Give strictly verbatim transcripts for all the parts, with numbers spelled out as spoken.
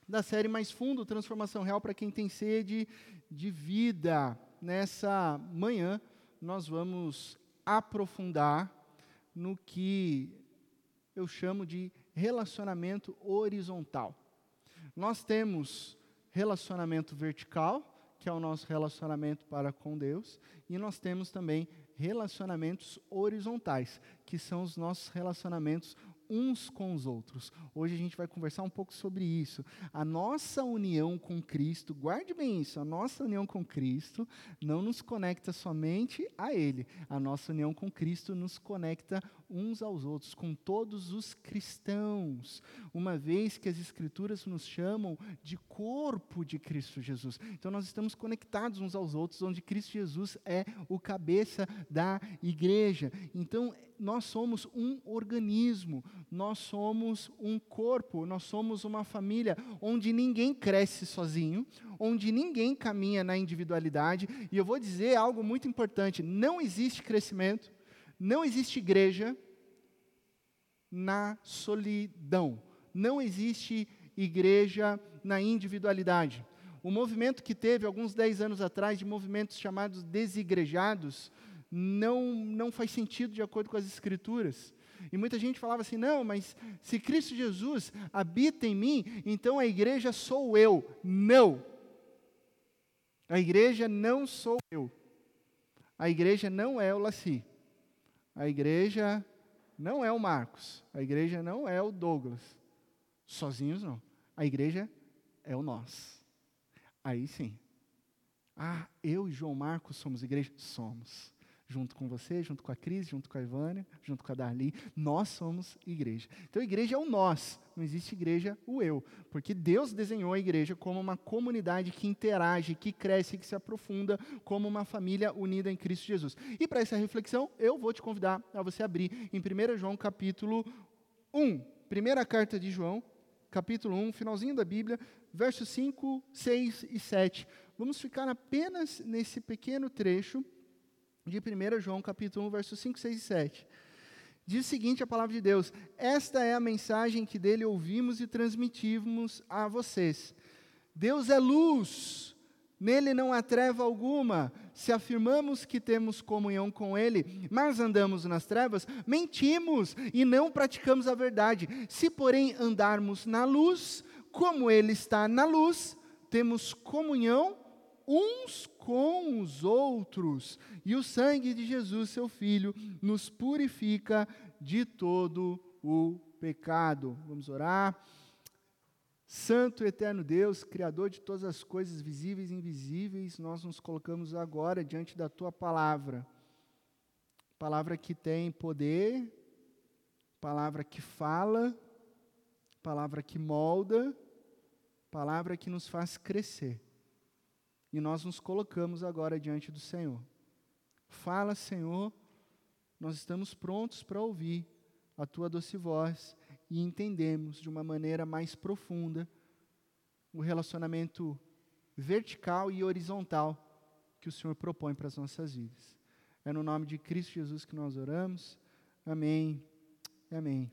da série Mais Fundo, Transformação Real para quem tem sede de vida. Nessa manhã, nós vamos aprofundar no que eu chamo de relacionamento horizontal. Nós temos relacionamento vertical, que é o nosso relacionamento para com Deus, e nós temos também relacionamentos horizontais, que são os nossos relacionamentos uns com os outros. Hoje a gente vai conversar um pouco sobre isso. A nossa união com Cristo, guarde bem isso, a nossa união com Cristo não nos conecta somente a Ele. A nossa união com Cristo nos conecta uns aos outros, com todos os cristãos, uma vez que as Escrituras nos chamam de corpo de Cristo Jesus. Então nós estamos conectados uns aos outros, onde Cristo Jesus é o cabeça da igreja. Então nós somos um organismo, nós somos um corpo, nós somos uma família onde ninguém cresce sozinho, onde ninguém caminha na individualidade. E eu vou dizer algo muito importante: não existe crescimento, não existe igreja na solidão, não existe igreja na individualidade. O movimento que teve alguns dez anos atrás, de movimentos chamados desigrejados, não, não faz sentido de acordo com as Escrituras. E muita gente falava assim: não, mas se Cristo Jesus habita em mim, então a igreja sou eu. Não! A igreja não sou eu. A igreja não é o Laci. A igreja não é o Marcos. A igreja não é o Douglas. Sozinhos não. A igreja é o nós. Aí sim. Ah, eu e João Marcos somos igreja? Somos. Junto com você, junto com a Cris, junto com a Ivânia, junto com a Darli, nós somos igreja. Então a igreja é o nós, não existe igreja o eu, porque Deus desenhou a igreja como uma comunidade que interage, que cresce, que se aprofunda, como uma família unida em Cristo Jesus. E para essa reflexão, eu vou te convidar a você abrir em primeiro João capítulo um, primeira carta de João, capítulo um, finalzinho da Bíblia, versos cinco, seis e sete. Vamos ficar apenas nesse pequeno trecho de primeiro João, capítulo um, versos cinco, seis e sete. Diz o seguinte a palavra de Deus: esta é a mensagem que dele ouvimos e transmitimos a vocês. Deus é luz, nele não há treva alguma. Se afirmamos que temos comunhão com ele, mas andamos nas trevas, mentimos e não praticamos a verdade. Se, porém, andarmos na luz, como ele está na luz, temos comunhão uns com os outros, e o sangue de Jesus, seu Filho, nos purifica de todo o pecado. Vamos orar. Santo e eterno Deus, Criador de todas as coisas visíveis e invisíveis, nós nos colocamos agora diante da Tua palavra, palavra que tem poder, palavra que fala, palavra que molda, palavra que nos faz crescer. E nós nos colocamos agora diante do Senhor. Fala, Senhor, nós estamos prontos para ouvir a Tua doce voz e entendemos de uma maneira mais profunda o relacionamento vertical e horizontal que o Senhor propõe para as nossas vidas. É no nome de Cristo Jesus que nós oramos. Amém. Amém.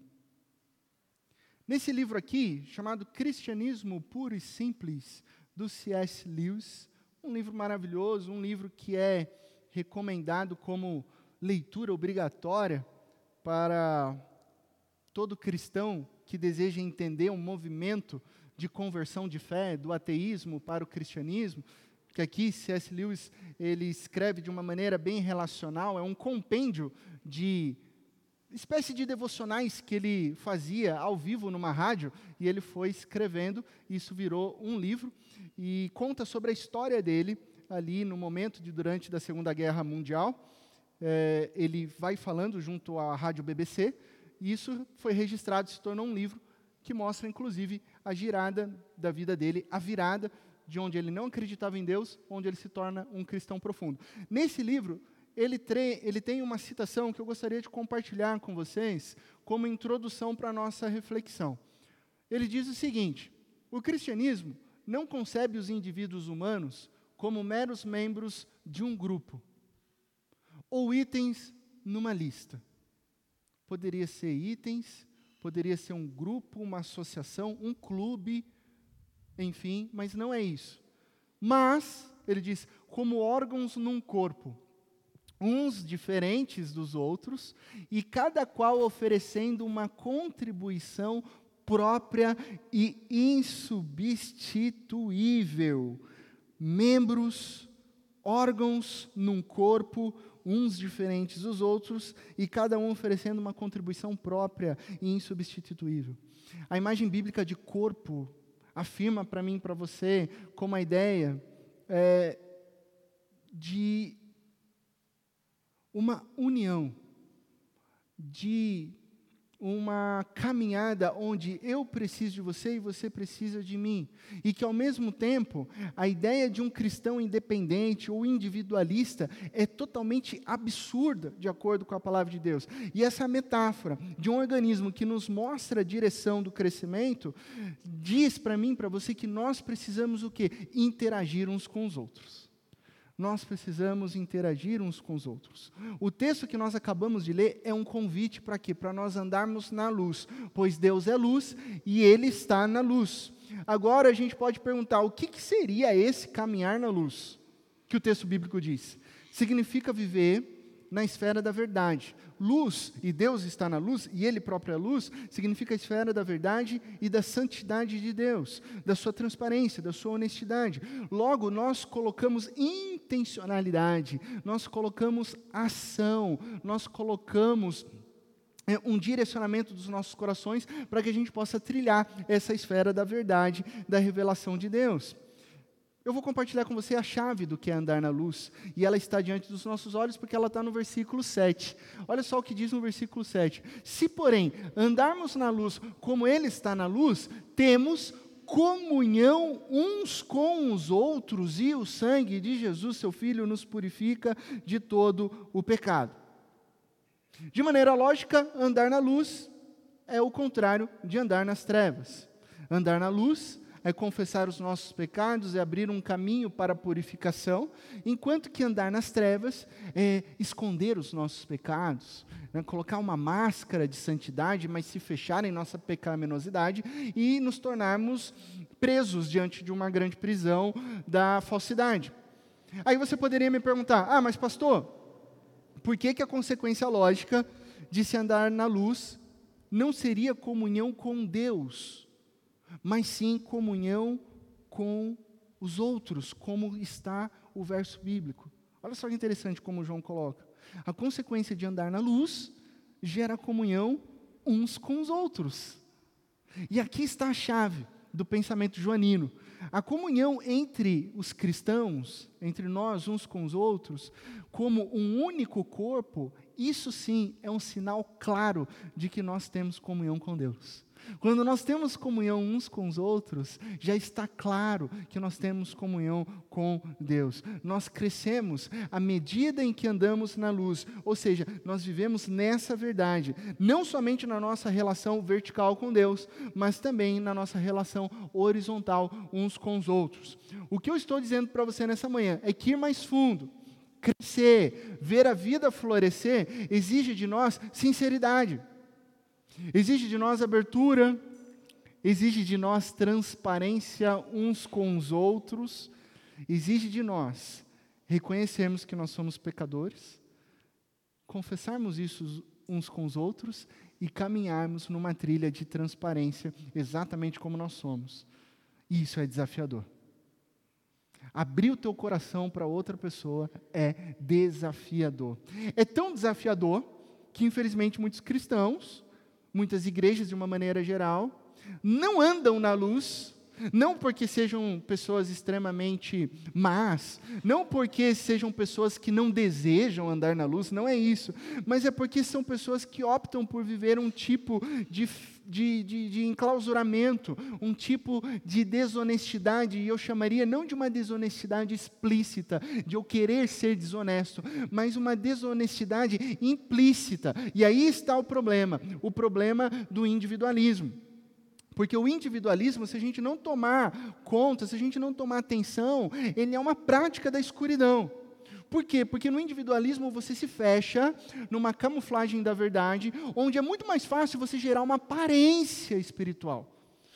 Nesse livro aqui, chamado Cristianismo Puro e Simples, do C S Lewis, um livro maravilhoso, um livro que é recomendado como leitura obrigatória para todo cristão que deseja entender um movimento de conversão de fé, do ateísmo para o cristianismo, que aqui C S Lewis ele escreve de uma maneira bem relacional, é um compêndio de espécie de devocionais que ele fazia ao vivo numa rádio, e ele foi escrevendo, isso virou um livro, e conta sobre a história dele, ali no momento de durante da Segunda Guerra Mundial. É, ele vai falando junto à rádio B B C, e isso foi registrado, se tornou um livro, que mostra inclusive a girada da vida dele, a virada de onde ele não acreditava em Deus, onde ele se torna um cristão profundo. Nesse livro, Ele, tre- ele tem uma citação que eu gostaria de compartilhar com vocês como introdução para a nossa reflexão. Ele diz o seguinte: o cristianismo não concebe os indivíduos humanos como meros membros de um grupo ou itens numa lista. Poderia ser itens, poderia ser um grupo, uma associação, um clube, enfim, mas não é isso. Mas, ele diz, como órgãos num corpo, uns diferentes dos outros, e cada qual oferecendo uma contribuição própria e insubstituível. Membros, órgãos num corpo, uns diferentes dos outros, e cada um oferecendo uma contribuição própria e insubstituível. A imagem bíblica de corpo afirma para mim e para você como a ideia é, de uma união, de uma caminhada onde eu preciso de você e você precisa de mim. E que, ao mesmo tempo, a ideia de um cristão independente ou individualista é totalmente absurda, de acordo com a palavra de Deus. E essa metáfora de um organismo que nos mostra a direção do crescimento, diz para mim, para você, que nós precisamos o quê? Interagir uns com os outros. Nós precisamos interagir uns com os outros. O texto que nós acabamos de ler é um convite para quê? Para nós andarmos na luz, pois Deus é luz e Ele está na luz. Agora a gente pode perguntar, o que, que seria esse caminhar na luz? Que o texto bíblico diz. Significa viver na esfera da verdade. Luz, e Deus está na luz, e Ele próprio é luz, significa a esfera da verdade e da santidade de Deus, da sua transparência, da sua honestidade. Logo, nós colocamos intencionalidade, nós colocamos ação, nós colocamos é, um direcionamento dos nossos corações para que a gente possa trilhar essa esfera da verdade, da revelação de Deus. Eu vou compartilhar com você a chave do que é andar na luz, e ela está diante dos nossos olhos porque ela está no versículo sete. Olha só o que diz no versículo sete. Se, porém, andarmos na luz como Ele está na luz, temos comunhão uns com os outros, e o sangue de Jesus, seu Filho, nos purifica de todo o pecado. De maneira lógica, andar na luz é o contrário de andar nas trevas. Andar na luz é confessar os nossos pecados, é abrir um caminho para a purificação, enquanto que andar nas trevas é esconder os nossos pecados, né, colocar uma máscara de santidade, mas se fechar em nossa pecaminosidade e nos tornarmos presos diante de uma grande prisão da falsidade. Aí você poderia me perguntar, ah, mas pastor, por que que a consequência lógica de se andar na luz não seria comunhão com Deus, mas sim comunhão com os outros, como está o verso bíblico? Olha só que interessante como João coloca. A consequência de andar na luz gera comunhão uns com os outros. E aqui está a chave do pensamento joanino. A comunhão entre os cristãos, entre nós uns com os outros, como um único corpo, isso sim é um sinal claro de que nós temos comunhão com Deus. Quando nós temos comunhão uns com os outros, já está claro que nós temos comunhão com Deus. Nós crescemos à medida em que andamos na luz, ou seja, nós vivemos nessa verdade, não somente na nossa relação vertical com Deus, mas também na nossa relação horizontal uns com os outros. O que eu estou dizendo para você nessa manhã é que ir mais fundo, crescer, ver a vida florescer, exige de nós sinceridade. Exige de nós abertura, exige de nós transparência uns com os outros, exige de nós reconhecermos que nós somos pecadores, confessarmos isso uns com os outros e caminharmos numa trilha de transparência exatamente como nós somos. E isso é desafiador. Abrir o teu coração para outra pessoa é desafiador. É tão desafiador que, infelizmente, muitos cristãos, muitas igrejas, de uma maneira geral, não andam na luz, não porque sejam pessoas extremamente más, não porque sejam pessoas que não desejam andar na luz, não é isso, mas é porque são pessoas que optam por viver um tipo de, de, de, de enclausuramento, um tipo de desonestidade, e eu chamaria não de uma desonestidade explícita, de eu querer ser desonesto, mas uma desonestidade implícita, e aí está o problema, o problema do individualismo. Porque o individualismo, se a gente não tomar conta, se a gente não tomar atenção, ele é uma prática da escuridão. Por quê? Porque no individualismo você se fecha numa camuflagem da verdade, onde é muito mais fácil você gerar uma aparência espiritual.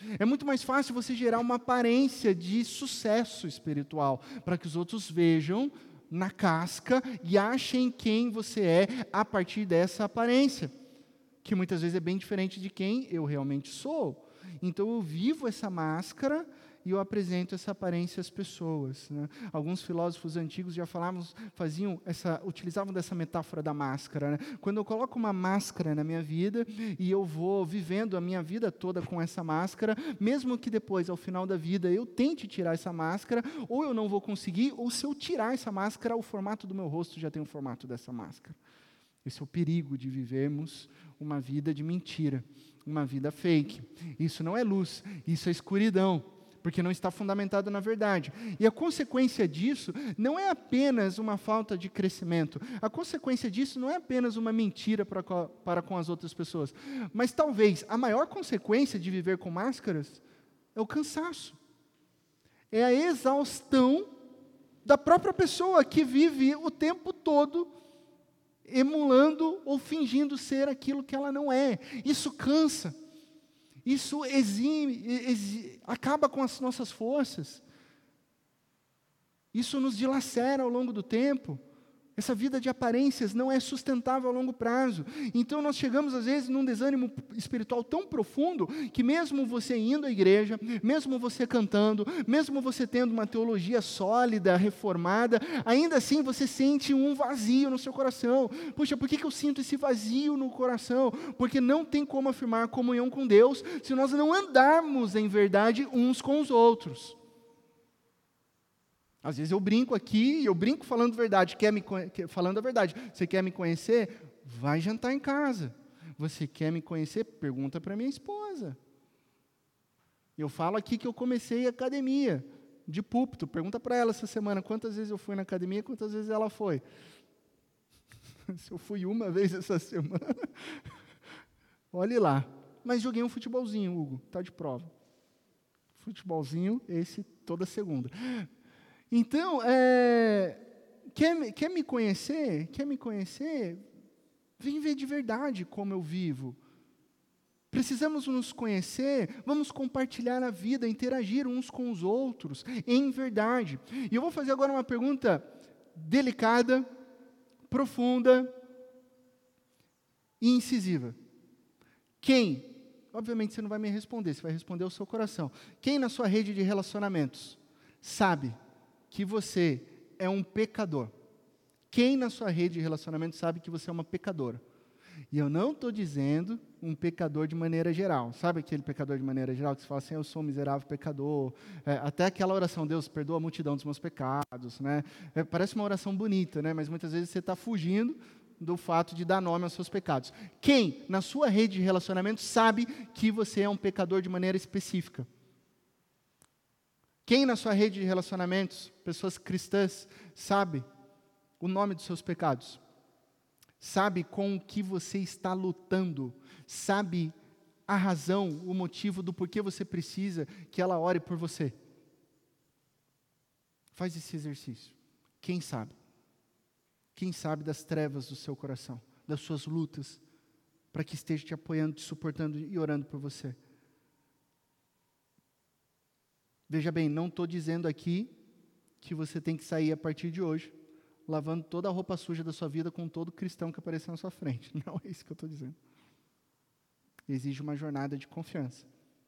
É muito mais fácil você gerar uma aparência de sucesso espiritual, para que os outros vejam na casca e achem quem você é a partir dessa aparência, que muitas vezes é bem diferente de quem eu realmente sou. Então eu vivo essa máscara e eu apresento essa aparência às pessoas, né? Alguns filósofos antigos já falavam, faziam essa, utilizavam dessa metáfora da máscara, né? Quando eu coloco uma máscara na minha vida e eu vou vivendo a minha vida toda com essa máscara, mesmo que depois, ao final da vida, eu tente tirar essa máscara, ou eu não vou conseguir, ou se eu tirar essa máscara, o formato do meu rosto já tem o formato dessa máscara. Esse é o perigo de vivermos uma vida de mentira, uma vida fake. Isso não é luz, isso é escuridão, porque não está fundamentado na verdade. E a consequência disso não é apenas uma falta de crescimento, a consequência disso não é apenas uma mentira para, para com as outras pessoas, mas talvez a maior consequência de viver com máscaras é o cansaço, é a exaustão da própria pessoa que vive o tempo todo emulando ou fingindo ser aquilo que ela não é. Isso cansa. Isso exime, exime, acaba com as nossas forças. Isso nos dilacera ao longo do tempo. Essa vida de aparências não é sustentável a longo prazo. Então nós chegamos às vezes num desânimo espiritual tão profundo que mesmo você indo à igreja, mesmo você cantando, mesmo você tendo uma teologia sólida, reformada, ainda assim você sente um vazio no seu coração. Puxa, por que que eu sinto esse vazio no coração? Porque não tem como afirmar comunhão com Deus se nós não andarmos em verdade uns com os outros. Às vezes eu brinco aqui, eu brinco falando verdade, quer me, falando a verdade. Você quer me conhecer? Vai jantar em casa. Você quer me conhecer? Pergunta para minha esposa. Eu falo aqui que eu comecei a academia, de púlpito. Pergunta para ela essa semana quantas vezes eu fui na academia, quantas vezes ela foi. Se eu fui uma vez essa semana, olhe lá. Mas joguei um futebolzinho, Hugo, está de prova. Futebolzinho, esse toda segunda. Então, é, quer, quer me conhecer? Quer me conhecer? Vem ver de verdade como eu vivo. Precisamos nos conhecer, vamos compartilhar a vida, interagir uns com os outros, em verdade. E eu vou fazer agora uma pergunta delicada, profunda e incisiva. Quem? Obviamente você não vai me responder, você vai responder o seu coração. Quem na sua rede de relacionamentos sabe que você é um pecador? Quem na sua rede de relacionamento sabe que você é uma pecadora? E eu não estou dizendo um pecador de maneira geral. Sabe aquele pecador de maneira geral que você fala assim, eu sou um miserável pecador. É, até aquela oração, Deus, perdoa a multidão dos meus pecados. Né? É, parece uma oração bonita, né? Mas muitas vezes você está fugindo do fato de dar nome aos seus pecados. Quem na sua rede de relacionamento sabe que você é um pecador de maneira específica? Quem na sua rede de relacionamentos, pessoas cristãs, sabe o nome dos seus pecados? Sabe com o que você está lutando? Sabe a razão, o motivo do porquê você precisa que ela ore por você? Faz esse exercício. Quem sabe? Quem sabe das trevas do seu coração, das suas lutas, para que esteja te apoiando, te suportando e orando por você? Veja bem, não estou dizendo aqui que você tem que sair a partir de hoje, lavando toda a roupa suja da sua vida com todo cristão que aparecer na sua frente. Não é isso que eu estou dizendo. Exige uma jornada de confiança.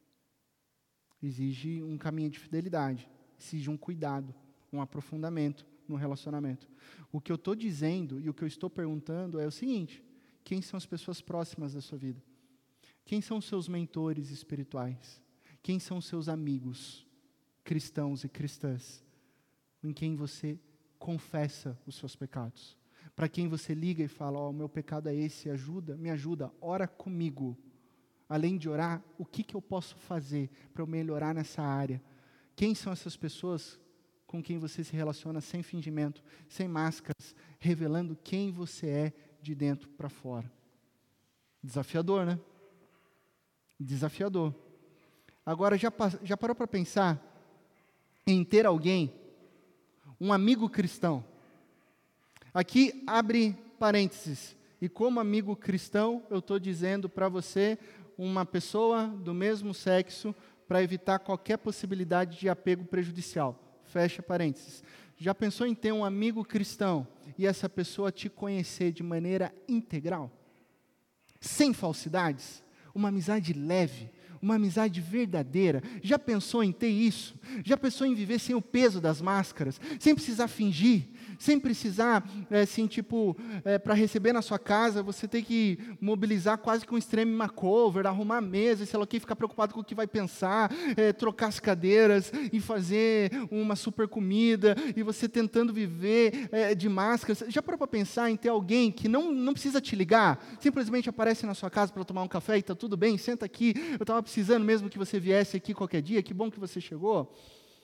Exige um caminho de fidelidade. Exige um cuidado, um aprofundamento no relacionamento. O que eu estou dizendo e o que eu estou perguntando é o seguinte: quem são as pessoas próximas da sua vida? Quem são os seus mentores espirituais? Quem são os seus amigos cristãos e cristãs, em quem você confessa os seus pecados, para quem você liga e fala, ó, oh, o meu pecado é esse, ajuda, me ajuda, ora comigo. Além de orar, o que, que eu posso fazer para eu melhorar nessa área? Quem são essas pessoas com quem você se relaciona sem fingimento, sem máscaras, revelando quem você é de dentro para fora? Desafiador, né? Desafiador. Agora, já, já parou para pensar em ter alguém, um amigo cristão? Aqui abre parênteses, e como amigo cristão, eu estou dizendo para você, uma pessoa do mesmo sexo, para evitar qualquer possibilidade de apego prejudicial. Fecha parênteses. Já pensou em ter um amigo cristão e essa pessoa te conhecer de maneira integral? Sem falsidades? Uma amizade leve, uma amizade verdadeira. Já pensou em ter isso? Já pensou em viver sem o peso das máscaras? Sem precisar fingir? Sem precisar, é, assim, tipo, é, para receber na sua casa, você tem que mobilizar quase que um extreme makeover, arrumar a mesa, sei lá o que, ficar preocupado com o que vai pensar, é, trocar as cadeiras e fazer uma super comida, e você tentando viver é, de máscaras. Já parou para pensar em ter alguém que não, não precisa te ligar, simplesmente aparece na sua casa para tomar um café e está tudo bem, senta aqui, eu estava precisando mesmo que você viesse aqui qualquer dia, que bom que você chegou.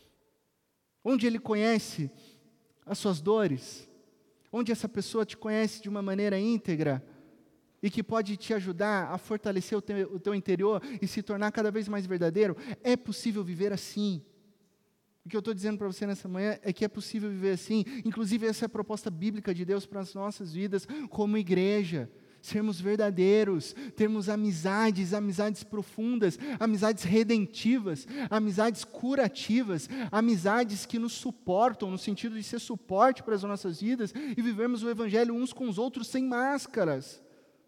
Onde ele conhece as suas dores, onde essa pessoa te conhece de uma maneira íntegra e que pode te ajudar a fortalecer o teu, o teu interior e se tornar cada vez mais verdadeiro. É possível viver assim. O que eu estou dizendo para você nessa manhã é que é possível viver assim. Inclusive, essa é a proposta bíblica de Deus para as nossas vidas como igreja. Sermos verdadeiros, termos amizades, amizades profundas, amizades redentivas, amizades curativas, amizades que nos suportam, no sentido de ser suporte para as nossas vidas, e vivermos o Evangelho uns com os outros sem máscaras.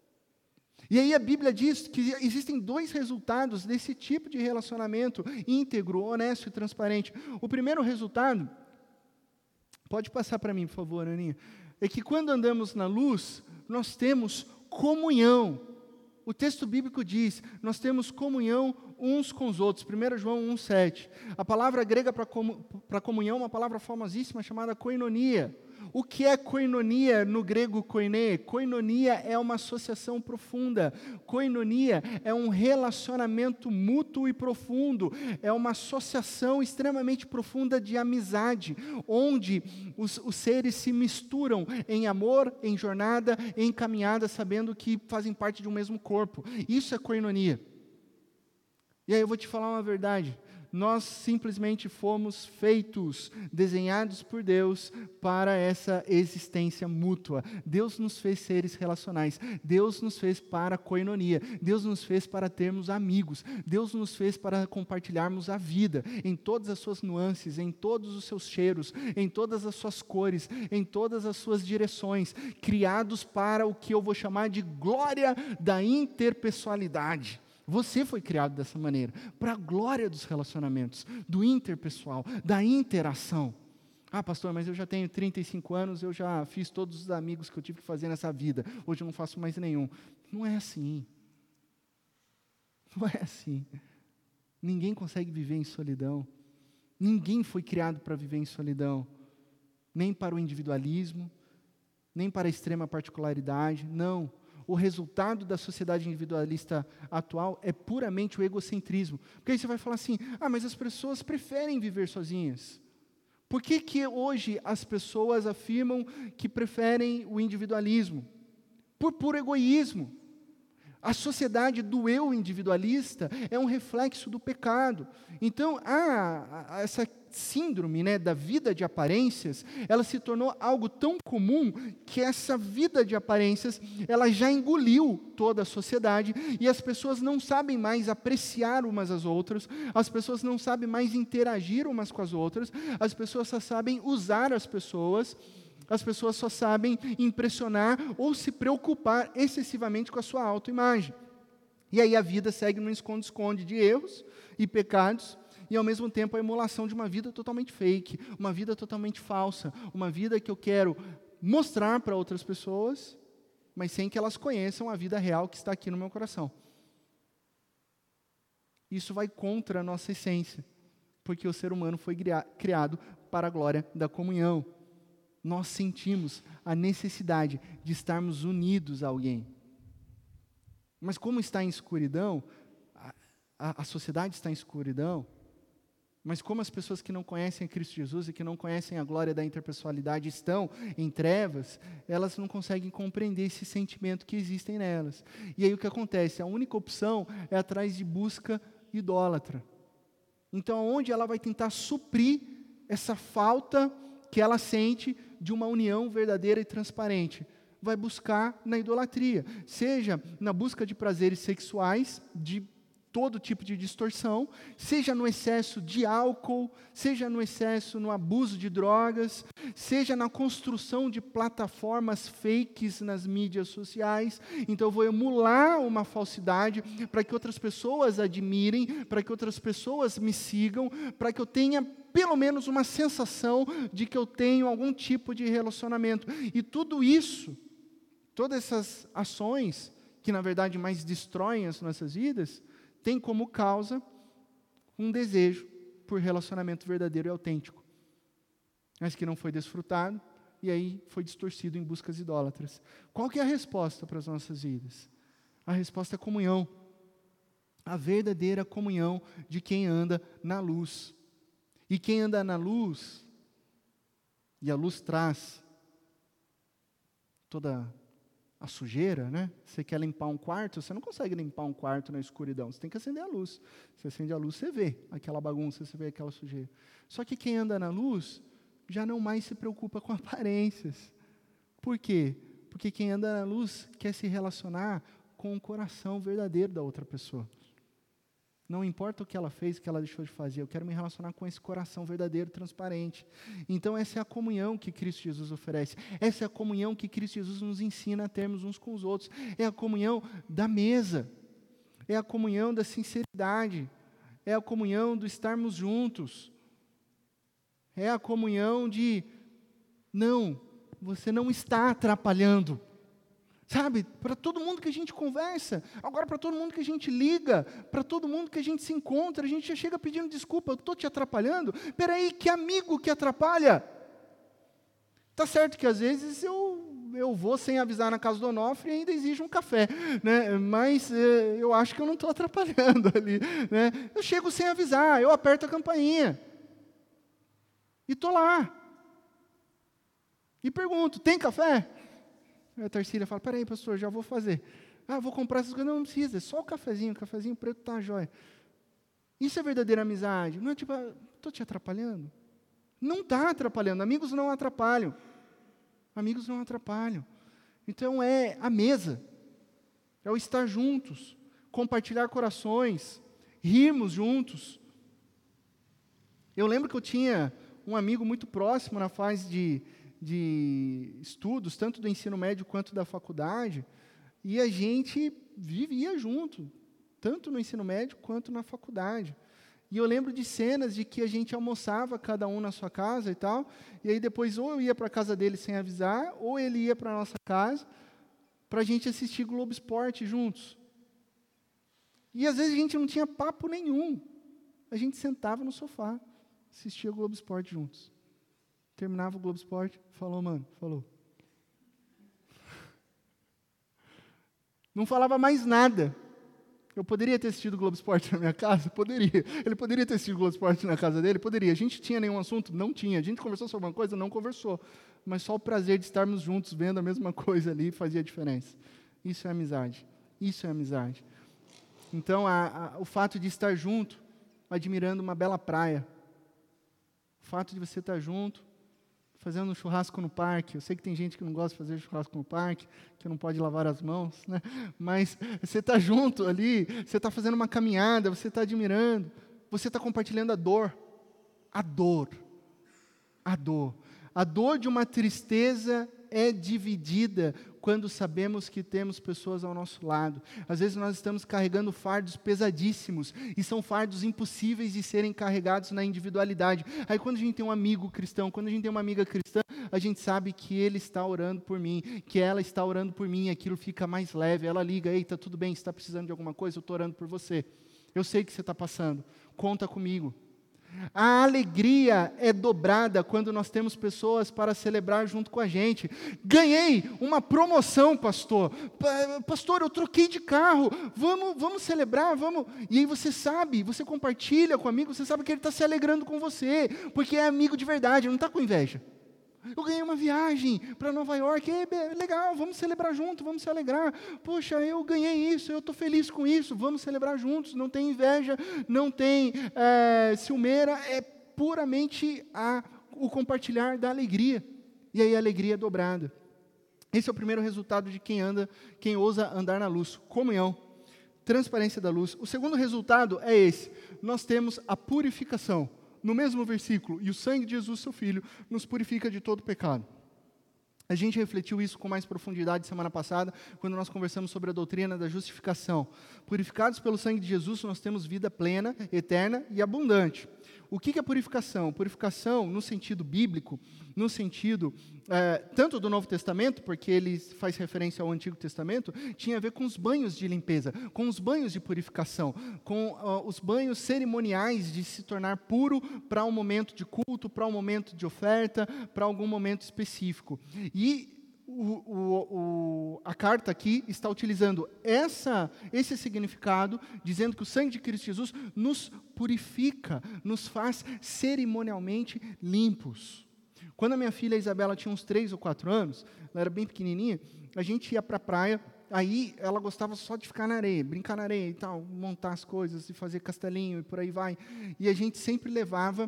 E aí a Bíblia diz que existem dois resultados desse tipo de relacionamento íntegro, honesto e transparente. O primeiro resultado, pode passar para mim, por favor, Aninha, é que quando andamos na luz, nós temos comunhão. O texto bíblico diz, nós temos comunhão uns com os outros. primeiro João um, sete. A palavra grega para comu, para comunhão é uma palavra famosíssima chamada koinonia. O que é koinonia no grego koiné? Koinonia é uma associação profunda. Koinonia é um relacionamento mútuo e profundo. É uma associação extremamente profunda de amizade, onde os, os seres se misturam em amor, em jornada, em caminhada, sabendo que fazem parte de um mesmo corpo. Isso é koinonia. E aí eu vou te falar uma verdade. Nós simplesmente fomos feitos, desenhados por Deus para essa existência mútua. Deus nos fez seres relacionais. Deus nos fez para a koinonia. Deus nos fez para termos amigos. Deus nos fez para compartilharmos a vida em todas as suas nuances, em todos os seus cheiros, em todas as suas cores, em todas as suas direções, criados para o que eu vou chamar de glória da interpessoalidade. Você foi criado dessa maneira, para a glória dos relacionamentos, do interpessoal, da interação. Ah, pastor, mas eu já tenho trinta e cinco anos, eu já fiz todos os amigos que eu tive que fazer nessa vida, hoje eu não faço mais nenhum. Não é assim. Não é assim. Ninguém consegue viver em solidão. Ninguém foi criado para viver em solidão. Nem para o individualismo, nem para a extrema particularidade, não. O resultado da sociedade individualista atual é puramente o egocentrismo. Porque aí você vai falar assim, ah, mas as pessoas preferem viver sozinhas. Por que que hoje as pessoas afirmam que preferem o individualismo? Por puro egoísmo. A sociedade do eu individualista é um reflexo do pecado. Então, há essa síndrome, né, da vida de aparências, ela se tornou algo tão comum que essa vida de aparências, ela já engoliu toda a sociedade e as pessoas não sabem mais apreciar umas às outras, as pessoas não sabem mais interagir umas com as outras, as pessoas só sabem usar as pessoas, as pessoas só sabem impressionar ou se preocupar excessivamente com a sua autoimagem. E aí a vida segue num esconde-esconde de erros e pecados, e ao mesmo tempo a emulação de uma vida totalmente fake, uma vida totalmente falsa, uma vida que eu quero mostrar para outras pessoas, mas sem que elas conheçam a vida real que está aqui no meu coração. Isso vai contra a nossa essência, porque o ser humano foi criado para a glória da comunhão. Nós sentimos a necessidade de estarmos unidos a alguém. Mas como está em escuridão, a, a, a sociedade está em escuridão, mas como as pessoas que não conhecem a Cristo Jesus e que não conhecem a glória da interpessoalidade estão em trevas, elas não conseguem compreender esse sentimento que existem nelas. E aí o que acontece? A única opção é atrás de busca idólatra. Então, onde ela vai tentar suprir essa falta que ela sente de uma união verdadeira e transparente? Vai buscar na idolatria, seja na busca de prazeres sexuais, de todo tipo de distorção, seja no excesso de álcool, seja no excesso no abuso de drogas, seja na construção de plataformas fakes nas mídias sociais. Então eu vou emular uma falsidade para que outras pessoas admirem, para que outras pessoas me sigam, para que eu tenha pelo menos uma sensação de que eu tenho algum tipo de relacionamento. E tudo isso, todas essas ações, que na verdade mais destroem as nossas vidas, tem como causa um desejo por relacionamento verdadeiro e autêntico, mas que não foi desfrutado, e aí foi distorcido em buscas idólatras. Qual que é a resposta para as nossas vidas? A resposta é comunhão. A verdadeira comunhão de quem anda na luz. E quem anda na luz, e a luz traz toda a sujeira, né? Você quer limpar um quarto, você não consegue limpar um quarto na escuridão, você tem que acender a luz. Você acende a luz, você vê aquela bagunça, você vê aquela sujeira. Só que quem anda na luz, já não mais se preocupa com aparências. Por quê? Porque quem anda na luz quer se relacionar com o coração verdadeiro da outra pessoa. Não importa o que ela fez, o que ela deixou de fazer, eu quero me relacionar com esse coração verdadeiro, transparente. Então essa é a comunhão que Cristo Jesus oferece. Essa é a comunhão que Cristo Jesus nos ensina a termos uns com os outros. É a comunhão da mesa. É a comunhão da sinceridade. É a comunhão do estarmos juntos. É a comunhão de, não, você não está atrapalhando. Sabe, para todo mundo que a gente conversa, agora para todo mundo que a gente liga, para todo mundo que a gente se encontra, a gente já chega pedindo desculpa, eu estou te atrapalhando? Peraí, que amigo que atrapalha? Tá certo que às vezes eu, eu vou sem avisar na casa do Onofre e ainda exige um café, né? Mas eh, eu acho que eu não estou atrapalhando ali, né? Eu chego sem avisar, eu aperto a campainha, e estou lá, e pergunto, tem café? A Tarsília fala, peraí, pastor, já vou fazer. Ah, vou comprar essas coisas. Não, não precisa, é só o cafezinho, o cafezinho preto tá jóia. Isso é verdadeira amizade. Não é tipo, estou te atrapalhando? Não está atrapalhando, amigos não atrapalham. Amigos não atrapalham. Então é a mesa, é o estar juntos, compartilhar corações, rirmos juntos. Eu lembro que eu tinha um amigo muito próximo na fase de... de estudos, tanto do ensino médio quanto da faculdade, e a gente vivia junto, tanto no ensino médio quanto na faculdade. E eu lembro de cenas de que a gente almoçava, cada um na sua casa e tal, e aí depois ou eu ia para a casa dele sem avisar, ou ele ia para a nossa casa, para a gente assistir Globo Esporte juntos. E às vezes a gente não tinha papo nenhum, a gente sentava no sofá, assistia Globo Esporte juntos. Terminava o Globo Esporte, falou, mano, falou. Não falava mais nada. Eu poderia ter assistido o Globo Esporte na minha casa? Poderia. Ele poderia ter assistido o Globo Esporte na casa dele? Poderia. A gente tinha nenhum assunto? Não tinha. A gente conversou sobre alguma coisa? Não conversou. Mas só o prazer de estarmos juntos, vendo a mesma coisa ali, fazia diferença. Isso é amizade. Isso é amizade. Então, a, a, o fato de estar junto, admirando uma bela praia, o fato de você estar junto, fazendo um churrasco no parque. Eu sei que tem gente que não gosta de fazer churrasco no parque, que não pode lavar as mãos, né? Mas você está junto ali, você está fazendo uma caminhada, você está admirando, você está compartilhando a dor. A dor. A dor. A dor de uma tristeza é dividida quando sabemos que temos pessoas ao nosso lado. Às vezes nós estamos carregando fardos pesadíssimos, e são fardos impossíveis de serem carregados na individualidade. Aí quando a gente tem um amigo cristão, quando a gente tem uma amiga cristã, a gente sabe que ele está orando por mim, que ela está orando por mim, e aquilo fica mais leve. Ela liga, ei, está tudo bem, você está precisando de alguma coisa? Eu estou orando por você. Eu sei o que você está passando, conta comigo. A alegria é dobrada quando nós temos pessoas para celebrar junto com a gente. Ganhei uma promoção, pastor. Pastor, eu troquei de carro. Vamos, vamos celebrar, vamos. E aí você sabe, você compartilha com o amigo, você sabe que ele está se alegrando com você, porque é amigo de verdade, não está com inveja. Eu ganhei uma viagem para Nova York, é legal, vamos celebrar junto, vamos se alegrar. Poxa, eu ganhei isso, eu estou feliz com isso, vamos celebrar juntos. Não tem inveja, não tem é, ciumeira, é puramente a, o compartilhar da alegria. E aí a alegria é dobrada. Esse é o primeiro resultado de quem anda, quem ousa andar na luz, comunhão. transparência da luz. O segundo resultado é esse. Nós temos a purificação. No mesmo versículo, e o sangue de Jesus, seu Filho, nos purifica de todo pecado. A gente refletiu isso com mais profundidade semana passada, quando nós conversamos sobre a doutrina da justificação. Purificados pelo sangue de Jesus, nós temos vida plena, eterna e abundante. O que é purificação? Purificação, no sentido bíblico, no sentido é, tanto do Novo Testamento, porque ele faz referência ao Antigo Testamento, tinha a ver com os banhos de limpeza, com os banhos de purificação, com uh, os banhos cerimoniais de se tornar puro para um momento de culto, para um momento de oferta, para algum momento específico. E O, o, o, a carta aqui está utilizando essa, esse significado, dizendo que o sangue de Cristo Jesus nos purifica, nos faz cerimonialmente limpos. Quando a minha filha Isabela tinha uns três ou quatro anos, ela era bem pequenininha, a gente ia para a praia, aí ela gostava só de ficar na areia, brincar na areia e tal, montar as coisas e fazer castelinho e por aí vai. E a gente sempre levava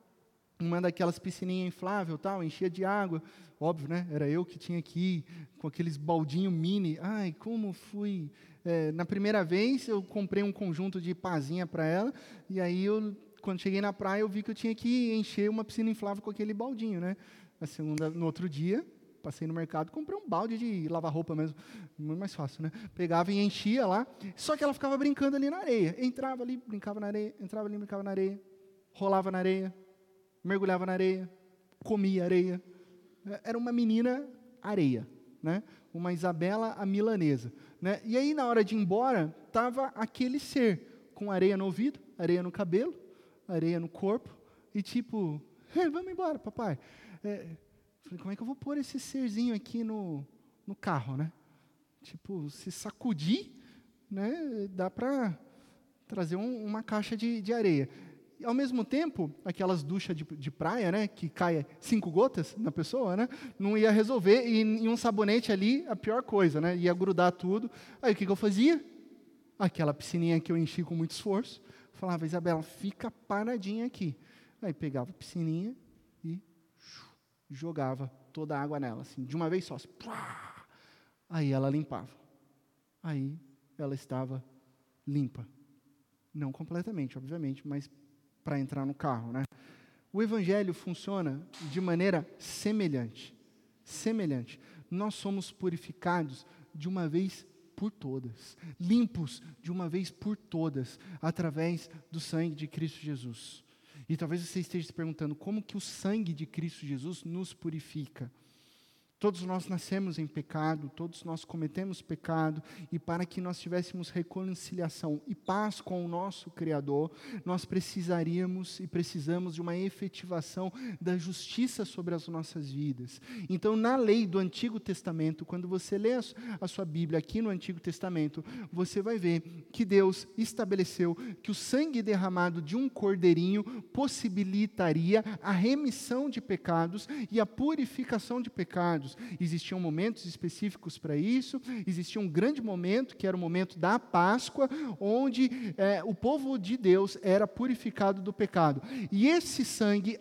uma daquelas piscininhas inflável, tal, enchia de água, óbvio, né? Era eu que tinha que ir com aqueles baldinho mini. Ai, como fui... É, na primeira vez, eu comprei um conjunto de pazinha para ela, e aí, eu, quando cheguei na praia, eu vi que eu tinha que encher uma piscina inflável com aquele baldinho, né? A segunda, no outro dia, passei no mercado, comprei um balde de lavar roupa mesmo, muito mais fácil, né? Pegava e enchia lá, só que ela ficava brincando ali na areia. Entrava ali, brincava na areia, entrava ali, brincava na areia, rolava na areia, mergulhava na areia, comia areia. Era uma menina areia, né? Uma Isabela a milanesa, né? E aí, na hora de ir embora, estava aquele ser, com areia no ouvido, areia no cabelo, areia no corpo, e tipo, hey, vamos embora, papai. É, falei, como é que eu vou pôr esse serzinho aqui no, no carro, né? Tipo, se sacudir, né, dá para trazer um, uma caixa de, de areia. E, ao mesmo tempo, aquelas duchas de, de praia, né, que cai cinco gotas na pessoa, né, não ia resolver, e em um sabonete ali, a pior coisa, né, ia grudar tudo. Aí o que, que eu fazia? Aquela piscininha que eu enchi com muito esforço, falava, Isabela, fica paradinha aqui. Aí pegava a piscininha e jogava toda a água nela, assim, de uma vez só. Assim, aí ela limpava. Aí ela estava limpa. Não completamente, obviamente, mas para entrar no carro, né? O Evangelho funciona de maneira semelhante. Semelhante. Nós somos purificados de uma vez por todas, limpos de uma vez por todas, através do sangue de Cristo Jesus. E talvez você esteja se perguntando, como que o sangue de Cristo Jesus nos purifica? Todos nós nascemos em pecado, todos nós cometemos pecado, e para que nós tivéssemos reconciliação e paz com o nosso Criador, nós precisaríamos e precisamos de uma efetivação da justiça sobre as nossas vidas. Então, na lei do Antigo Testamento, quando você lê a sua Bíblia aqui no Antigo Testamento, você vai ver que Deus estabeleceu que o sangue derramado de um cordeirinho possibilitaria a remissão de pecados e a purificação de pecados. Existiam momentos específicos para isso, existia um grande momento, que era o momento da Páscoa, onde é, o povo de Deus era purificado do pecado. E esse sangue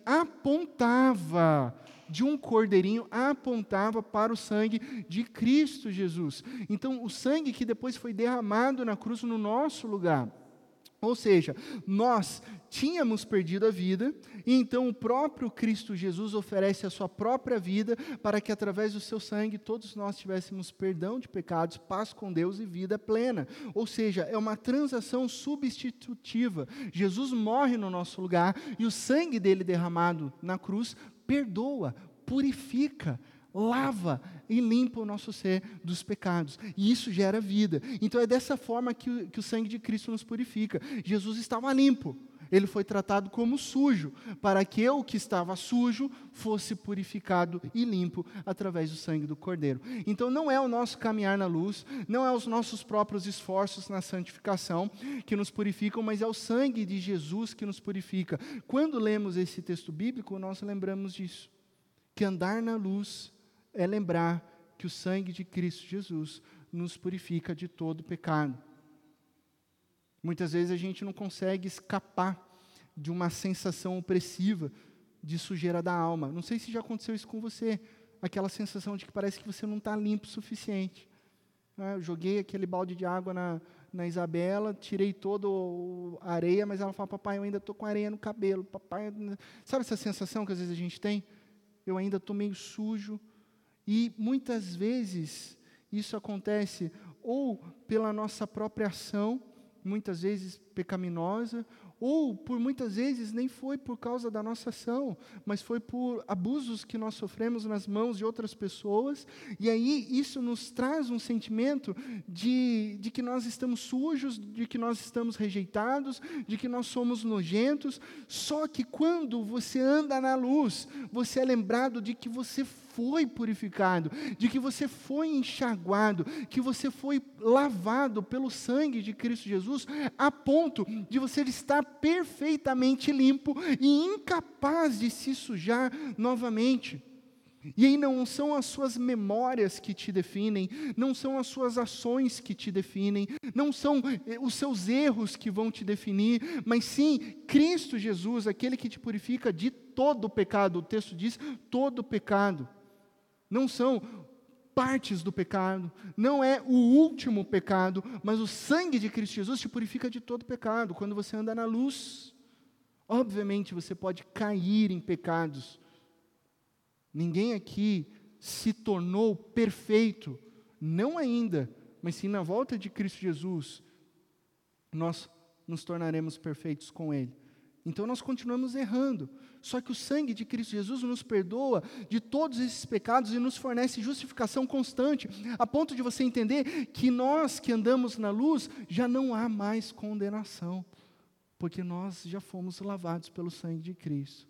apontava, de um cordeirinho, apontava para o sangue de Cristo Jesus. Então, o sangue que depois foi derramado na cruz no nosso lugar. Ou seja, nós tínhamos perdido a vida, e então o próprio Cristo Jesus oferece a sua própria vida para que através do seu sangue todos nós tivéssemos perdão de pecados, paz com Deus e vida plena. Ou seja, é uma transação substitutiva. Jesus morre no nosso lugar e o sangue dele derramado na cruz perdoa, purifica, lava e limpa o nosso ser dos pecados. E isso gera vida. Então é dessa forma que o, que o sangue de Cristo nos purifica. Jesus estava limpo. Ele foi tratado como sujo, para que eu que estava sujo fosse purificado e limpo através do sangue do Cordeiro. Então não é o nosso caminhar na luz, não é os nossos próprios esforços na santificação que nos purificam, mas é o sangue de Jesus que nos purifica. Quando lemos esse texto bíblico, nós lembramos disso, que andar na luz é lembrar que o sangue de Cristo Jesus nos purifica de todo pecado. Muitas vezes a gente não consegue escapar de uma sensação opressiva de sujeira da alma. Não sei se já aconteceu isso com você, aquela sensação de que parece que você não está limpo o suficiente. Ah, eu joguei aquele balde de água na, na Isabela, tirei toda a areia, mas ela fala, papai, eu ainda estou com areia no cabelo. Papai, sabe essa sensação que às vezes a gente tem? Eu ainda estou meio sujo. E muitas vezes isso acontece ou pela nossa própria ação, muitas vezes pecaminosa, ou por muitas vezes nem foi por causa da nossa ação, mas foi por abusos que nós sofremos nas mãos de outras pessoas, e aí isso nos traz um sentimento de, de que nós estamos sujos, de que nós estamos rejeitados, de que nós somos nojentos. Só que quando você anda na luz, você é lembrado de que você foi purificado, de que você foi enxaguado, que você foi lavado pelo sangue de Cristo Jesus, a ponto de você estar perfeitamente limpo e incapaz de se sujar novamente. E aí não são as suas memórias que te definem, não são as suas ações que te definem, não são os seus erros que vão te definir, mas sim Cristo Jesus, aquele que te purifica de todo o pecado. O texto diz todo o pecado. Não são partes do pecado, não é o último pecado, mas o sangue de Cristo Jesus te purifica de todo pecado. Quando você anda na luz, obviamente você pode cair em pecados. Ninguém aqui se tornou perfeito, não ainda, mas sim na volta de Cristo Jesus, nós nos tornaremos perfeitos com Ele. Então nós continuamos errando, só que o sangue de Cristo Jesus nos perdoa de todos esses pecados e nos fornece justificação constante, a ponto de você entender que nós que andamos na luz, já não há mais condenação, porque nós já fomos lavados pelo sangue de Cristo.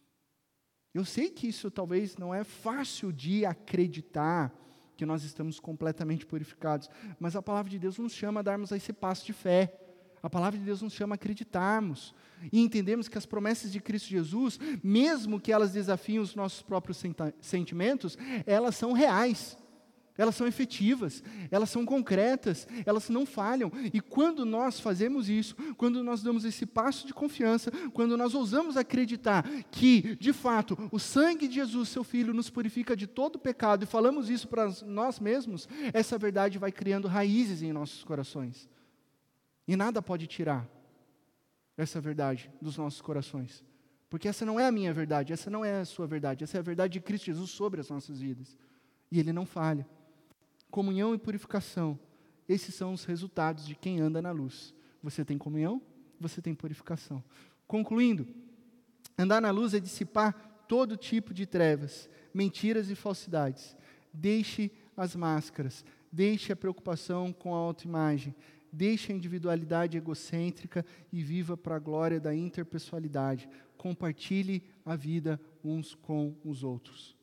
Eu sei que isso talvez não é fácil de acreditar, que nós estamos completamente purificados, mas a palavra de Deus nos chama a darmos esse passo de fé. A palavra de Deus nos chama a acreditarmos e entendermos que as promessas de Cristo Jesus, mesmo que elas desafiem os nossos próprios sentimentos, elas são reais, elas são efetivas, elas são concretas, elas não falham. E quando nós fazemos isso, quando nós damos esse passo de confiança, quando nós ousamos acreditar que, de fato, o sangue de Jesus, seu Filho, nos purifica de todo pecado, e falamos isso para nós mesmos, essa verdade vai criando raízes em nossos corações. E nada pode tirar essa verdade dos nossos corações. Porque essa não é a minha verdade, essa não é a sua verdade, essa é a verdade de Cristo Jesus sobre as nossas vidas. E Ele não falha. Comunhão e purificação, esses são os resultados de quem anda na luz. Você tem comunhão, você tem purificação. Concluindo, andar na luz é dissipar todo tipo de trevas, mentiras e falsidades. Deixe as máscaras, deixe a preocupação com a autoimagem, deixe a individualidade egocêntrica e viva para a glória da interpessoalidade. Compartilhe a vida uns com os outros.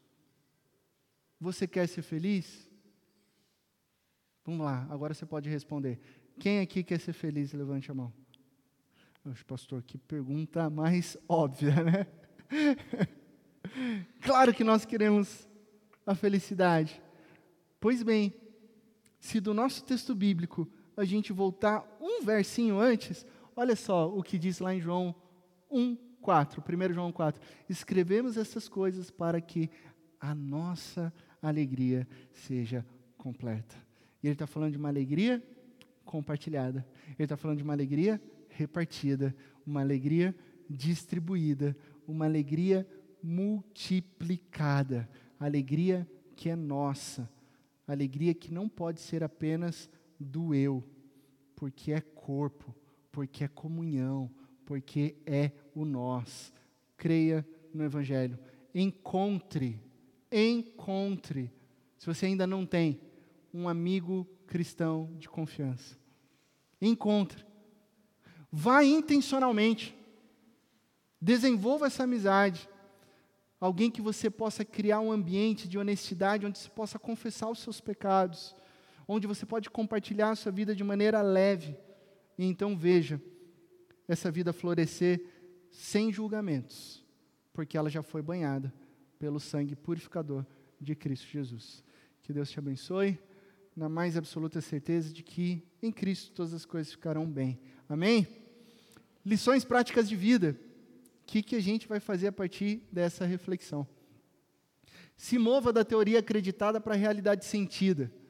Você quer ser feliz? Vamos lá, agora você pode responder. Quem aqui quer ser feliz? Levante a mão. Oxe, pastor, que pergunta mais óbvia, né? Claro que nós queremos a felicidade. Pois bem, se do nosso texto bíblico a gente voltar um versinho antes, olha só o que diz lá em João um, quatro, primeiro João quatro. Escrevemos essas coisas para que a nossa alegria seja completa. E ele está falando de uma alegria compartilhada. Ele está falando de uma alegria repartida, uma alegria distribuída, uma alegria multiplicada, alegria que é nossa, alegria que não pode ser apenas do eu, porque é corpo, porque é comunhão, porque é o nós. Creia no Evangelho. Encontre, encontre, se você ainda não tem, um amigo cristão de confiança. Encontre. Vá intencionalmente. Desenvolva essa amizade. Alguém que você possa criar um ambiente de honestidade, onde você possa confessar os seus pecados, onde você pode compartilhar a sua vida de maneira leve, e então veja essa vida florescer sem julgamentos, porque ela já foi banhada pelo sangue purificador de Cristo Jesus. Que Deus te abençoe, na mais absoluta certeza de que em Cristo todas as coisas ficarão bem. Amém? Lições práticas de vida. O que, que a gente vai fazer a partir dessa reflexão? Se mova da teoria acreditada para a realidade sentida.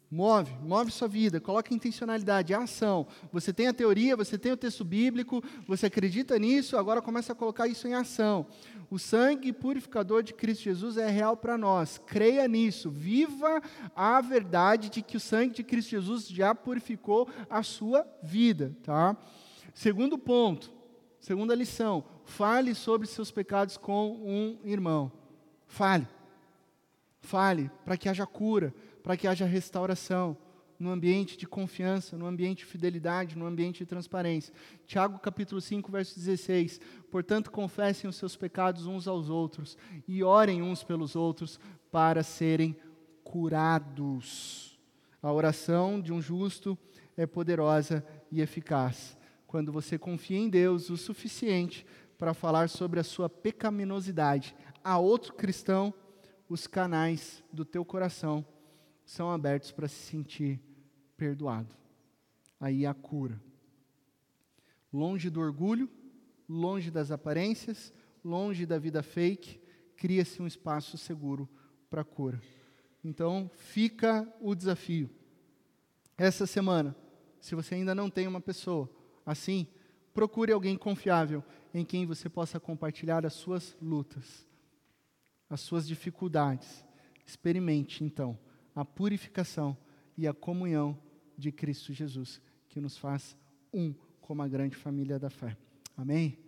Move, move sua vida, coloca intencionalidade, ação. Você tem a teoria, você tem o texto bíblico, você acredita nisso, agora começa a colocar isso em ação. O sangue purificador de Cristo Jesus é real para nós. Creia nisso, viva a verdade de que o sangue de Cristo Jesus já purificou a sua vida, tá? Segundo ponto, segunda lição, fale sobre seus pecados com um irmão. Fale. Fale para que haja cura, para que haja restauração, no ambiente de confiança, no ambiente de fidelidade, no ambiente de transparência. Tiago capítulo cinco, verso dezesseis. Portanto, confessem os seus pecados uns aos outros e orem uns pelos outros para serem curados. A oração de um justo é poderosa e eficaz. Quando você confia em Deus o suficiente para falar sobre a sua pecaminosidade a outro cristão, os canais do teu coração são abertos para se sentir perdoado. Aí a cura. Longe do orgulho, longe das aparências, longe da vida fake, cria-se um espaço seguro para a cura. Então, fica o desafio. Essa semana, se você ainda não tem uma pessoa assim, procure alguém confiável em quem você possa compartilhar as suas lutas, as suas dificuldades. Experimente, então, a purificação e a comunhão de Cristo Jesus, que nos faz um como a grande família da fé. Amém?